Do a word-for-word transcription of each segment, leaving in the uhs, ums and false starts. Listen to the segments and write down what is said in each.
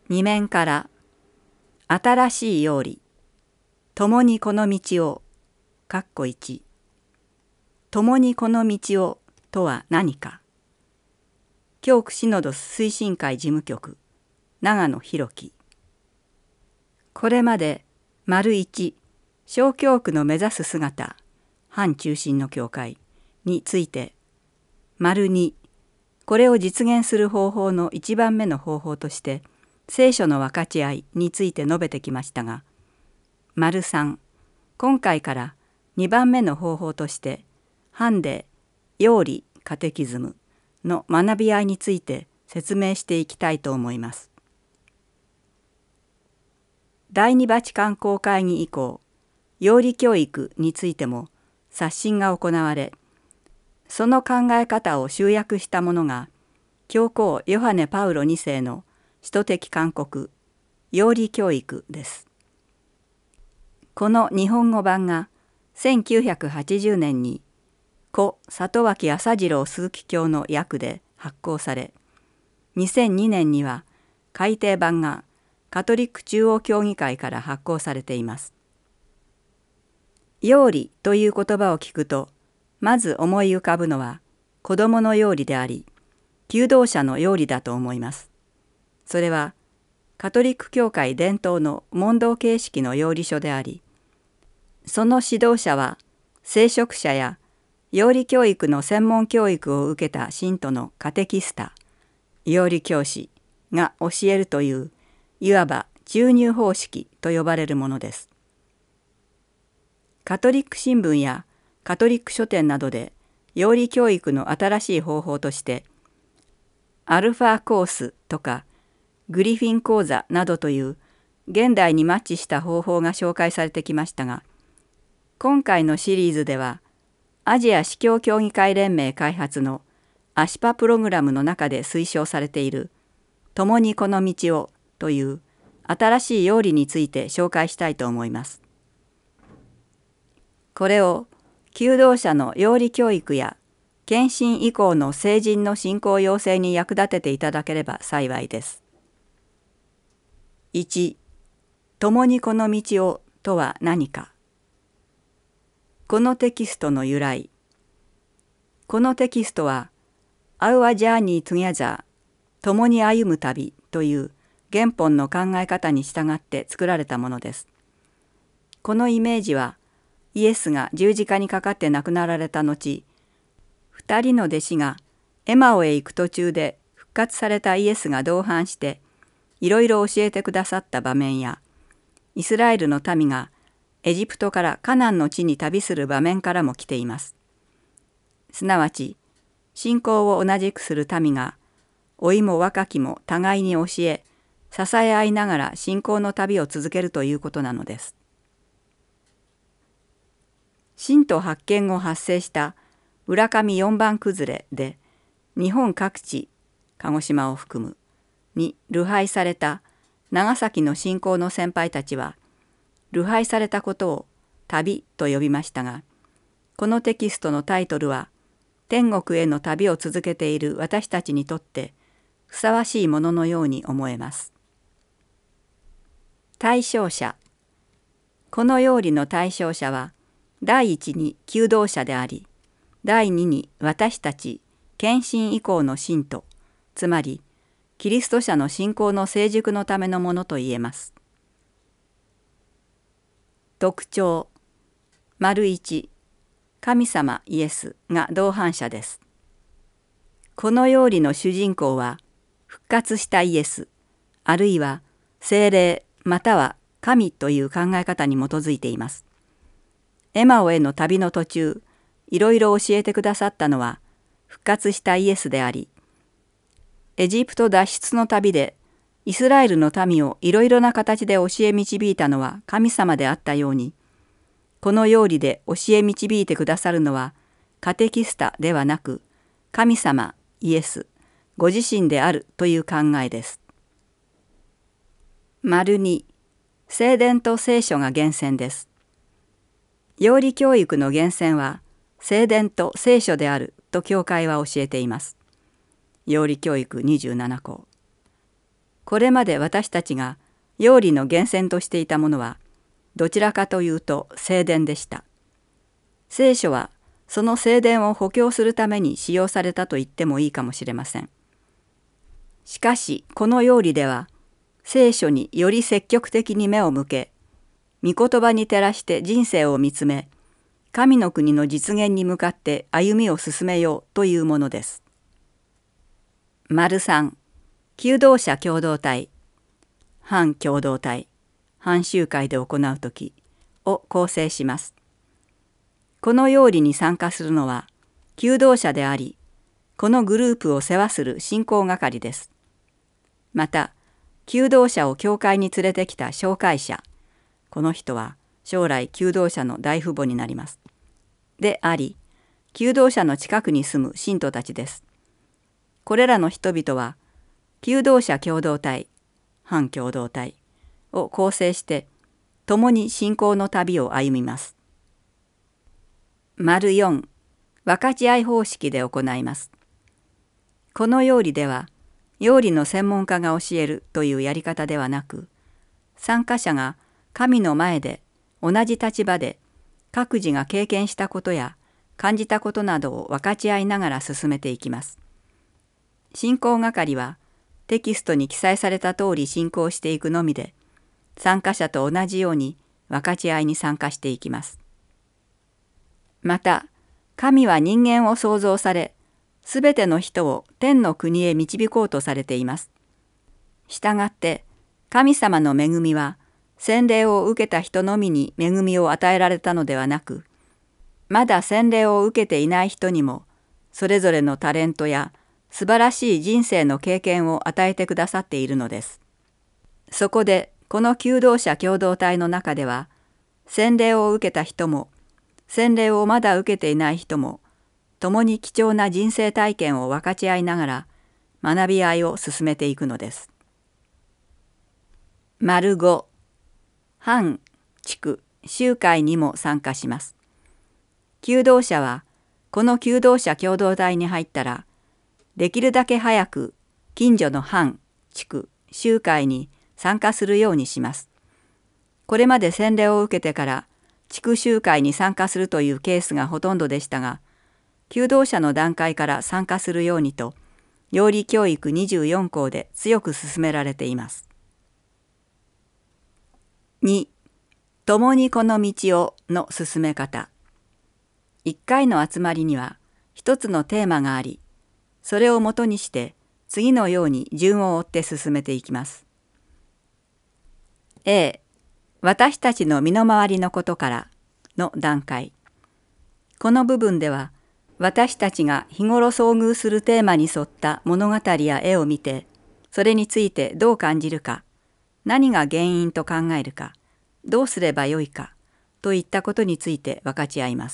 二面から新しいようり共にこの道をかっこいち共にこの道をとは何か。教区シノドス推進会事務局長野博樹。これまで丸一小教区の目指す姿反中心の教会について、丸二これを実現する方法の一番目の方法として聖書の分かち合いについて述べてきましたが、丸三今回から二番目の方法として反で要理カテキズムの学び合いについて説明していきたいと思います。第二バチカン公会議以降、要理教育についても刷新が行われ、その考え方を集約したものが教皇ヨハネ・パウロに世の使徒的勧告要理教育です。この日本語版がせんきゅうひゃくはちじゅうねんに故里脇朝次郎枢機卿の訳で発行され、にせんにねんには改訂版がカトリック中央協議会から発行されています。要理という言葉を聞くと、まず思い浮かぶのは子どもの要理であり、求道者の要理だと思います。それはカトリック教会伝統の問答形式の要理書であり、その指導者は聖職者や要理教育の専門教育を受けた信徒のカテキスタ、要理教師が教えるという、いわば注入方式と呼ばれるものです。カトリック新聞やカトリック書店などで要理教育の新しい方法として、アルファコースとかグリフィン講座などという現代にマッチした方法が紹介されてきましたが、今回のシリーズではアジア司教協議会連盟開発のアシパプログラムの中で推奨されている共にこの道をという新しい要理について紹介したいと思います。これを求道者の要理教育や献身以降の聖人の信仰養成に役立てていただければ幸いです。いち共にこの道をとは何か。このテキストの由来。このテキストは Our Journey Together 共に歩む旅という原本の考え方に従って作られたものです。このイメージはイエスが十字架にかかって亡くなられた後、二人の弟子がエマオへ行く途中で復活されたイエスが同伴していろいろ教えてくださった場面や、イスラエルの民がエジプトからカナンの地に旅する場面からも来ています。すなわち信仰を同じくする民が老いも若きも互いに教え支え合いながら信仰の旅を続けるということなのです。信徒発見後発生した浦上四番崩れで日本各地、鹿児島を含むに流配された長崎の信仰の先輩たちは流配されたことを旅と呼びましたが、このテキストのタイトルは天国への旅を続けている私たちにとってふさわしいもののように思えます。対象者。この要理の対象者は第一に求道者であり、第二に私たち献身以降の信徒、つまりキリスト者の信仰の成熟のためのものと言えます。特徴。丸一、神様イエスが同伴者です。この要理の主人公は復活したイエス、あるいは聖霊または神という考え方に基づいています。エマオへの旅の途中、いろいろ教えてくださったのは復活したイエスであり、エジプト脱出の旅でイスラエルの民をいろいろな形で教え導いたのは神様であったように、この要理で教え導いてくださるのはカテキスタではなく神様イエスご自身であるという考えです。丸に、聖典と聖書が源泉です。要理教育の源泉は聖典と聖書であると教会は教えています。要理教育にじゅうなな項。 これまで私たちが要理の源泉としていたものは、どちらかというと聖殿でした。聖書はその聖殿を補強するために使用されたと言ってもいいかもしれません。しかしこの要理では、聖書により積極的に目を向け、御言葉に照らして人生を見つめ、神の国の実現に向かって歩みを進めようというものです。丸さん、求道者共同体、反共同体、反集会で行うときを構成します。この要理に参加するのは求道者であり、このグループを世話する信仰係です。また、求道者を教会に連れてきた紹介者、この人は将来求道者の大父母になります。であり、求道者の近くに住む信徒たちです。これらの人々は、求道者共同体、反共同体を構成して、共に信仰の旅を歩みます。丸よん、分かち合い方式で行います。この要理では、要理の専門家が教えるというやり方ではなく、参加者が神の前で同じ立場で各自が経験したことや感じたことなどを分かち合いながら進めていきます。信仰係はテキストに記載された通り信仰していくのみで、参加者と同じように分かち合いに参加していきます。また、神は人間を創造され、すべての人を天の国へ導こうとされています。したがって、神様の恵みは、洗礼を受けた人のみに恵みを与えられたのではなく、まだ洗礼を受けていない人にも、それぞれのタレントや素晴らしい人生の経験を与えてくださっているのです。そこで、この求道者共同体の中では、洗礼を受けた人も、洗礼をまだ受けていない人も、共に貴重な人生体験を分かち合いながら、学び合いを進めていくのです。丸ご、反地区集会にも参加します。求道者は、この求道者共同体に入ったら、できるだけ早く近所の反地区集会に参加するようにします。これまで洗礼を受けてから地区集会に参加するというケースがほとんどでしたが、求道者の段階から参加するようにと、要理教育にじゅうよんこうで強く進められています。に、共にこの道をの進め方。いっかいの集まりには一つのテーマがあり、それをもとにして次のように順を追って進めていきます。A、私たちの身の回りのことからの段階。この部分では、私たちが日頃遭遇するテーマに沿った物語や絵を見て、それについてどう感じるか、何が原因と考えるか、どうすればよいか、といったことについて分かち合います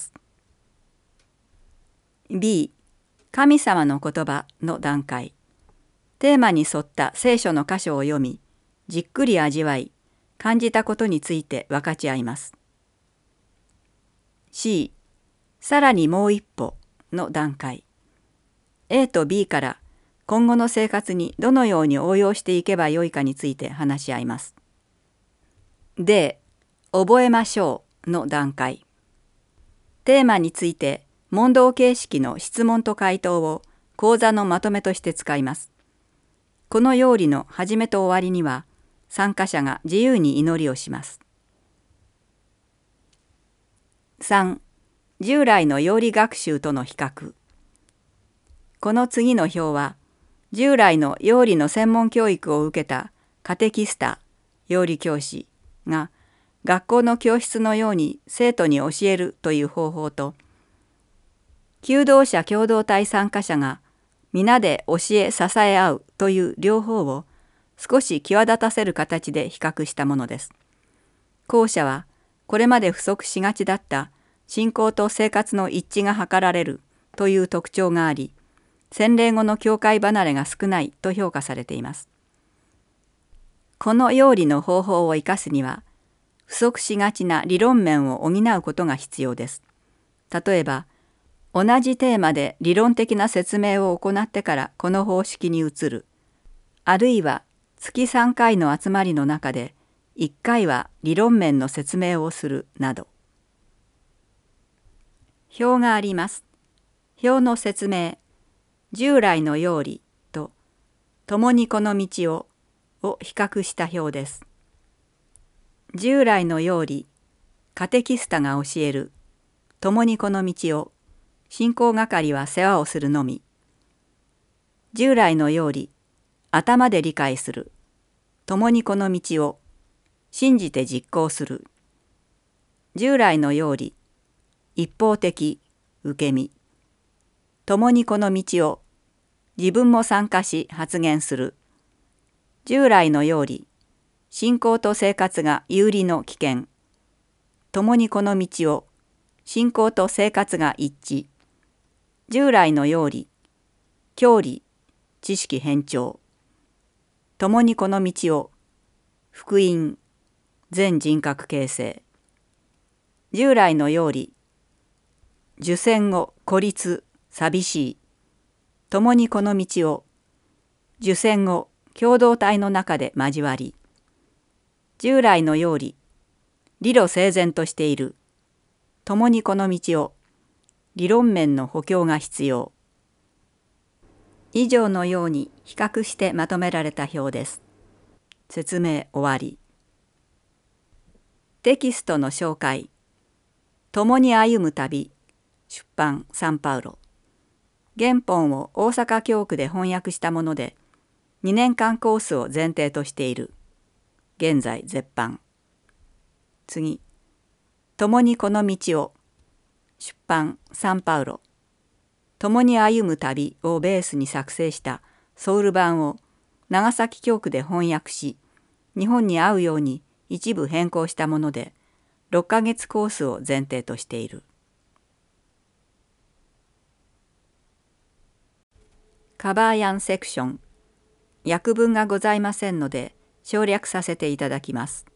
。B、神様の言葉の段階。テーマに沿った聖書の箇所を読み、じっくり味わい、感じたことについて分かち合います。C、さらにもう一歩の段階。A と B から今後の生活にどのように応用していけばよいかについて話し合います。D、覚えましょうの段階。テーマについて問答形式の質問と回答を講座のまとめとして使います。この要理の始めと終わりには参加者が自由に祈りをします。さん、従来の要理学習との比較。この次の表は、従来の要理の専門教育を受けたカテキスタ、要理教師が学校の教室のように生徒に教えるという方法と、求道者共同体参加者が皆で教え支え合うという両方を少し際立たせる形で比較したものです。後者はこれまで不足しがちだった信仰と生活の一致が図られるという特徴があり、洗礼後の教会離れが少ないと評価されています。この要理の方法を生かすには、不足しがちな理論面を補うことが必要です。例えば、同じテーマで理論的な説明を行ってからこの方式に移る、あるいは月さんかいの集まりの中でいっかいは理論面の説明をするなど。表があります。表の説明、従来の要理と共にこの道をを比較した表です。従来の要理、カテキスタが教える共にこの道を信仰係は世話をするのみ。従来の要理、頭で理解する共にこの道を信じて実行する。従来の要理、一方的受け身共にこの道を自分も参加し発言する。従来の要理、信仰と生活が有利の危険共にこの道を信仰と生活が一致。従来の要理、教理、知識偏重共にこの道を福音、全人格形成。従来の要理、受選後孤立、寂しい共にこの道を受選後共同体の中で交わり。従来の要理、理路整然としている共にこの道を理論面の補強が必要。以上のように比較してまとめられた表です。説明終わり。テキストの紹介。共に歩む旅、出版サンパウロ。原本を大阪教区で翻訳したもので、にねんかんコースを前提としている。現在絶版。次。共にこの道を。出版サンパウロ。共に歩む旅をベースに作成したソウル版を長崎教区で翻訳し、日本に合うように一部変更したもので、ろっかげつコースを前提としている。カバーヤンセクション。訳文がございませんので省略させていただきます。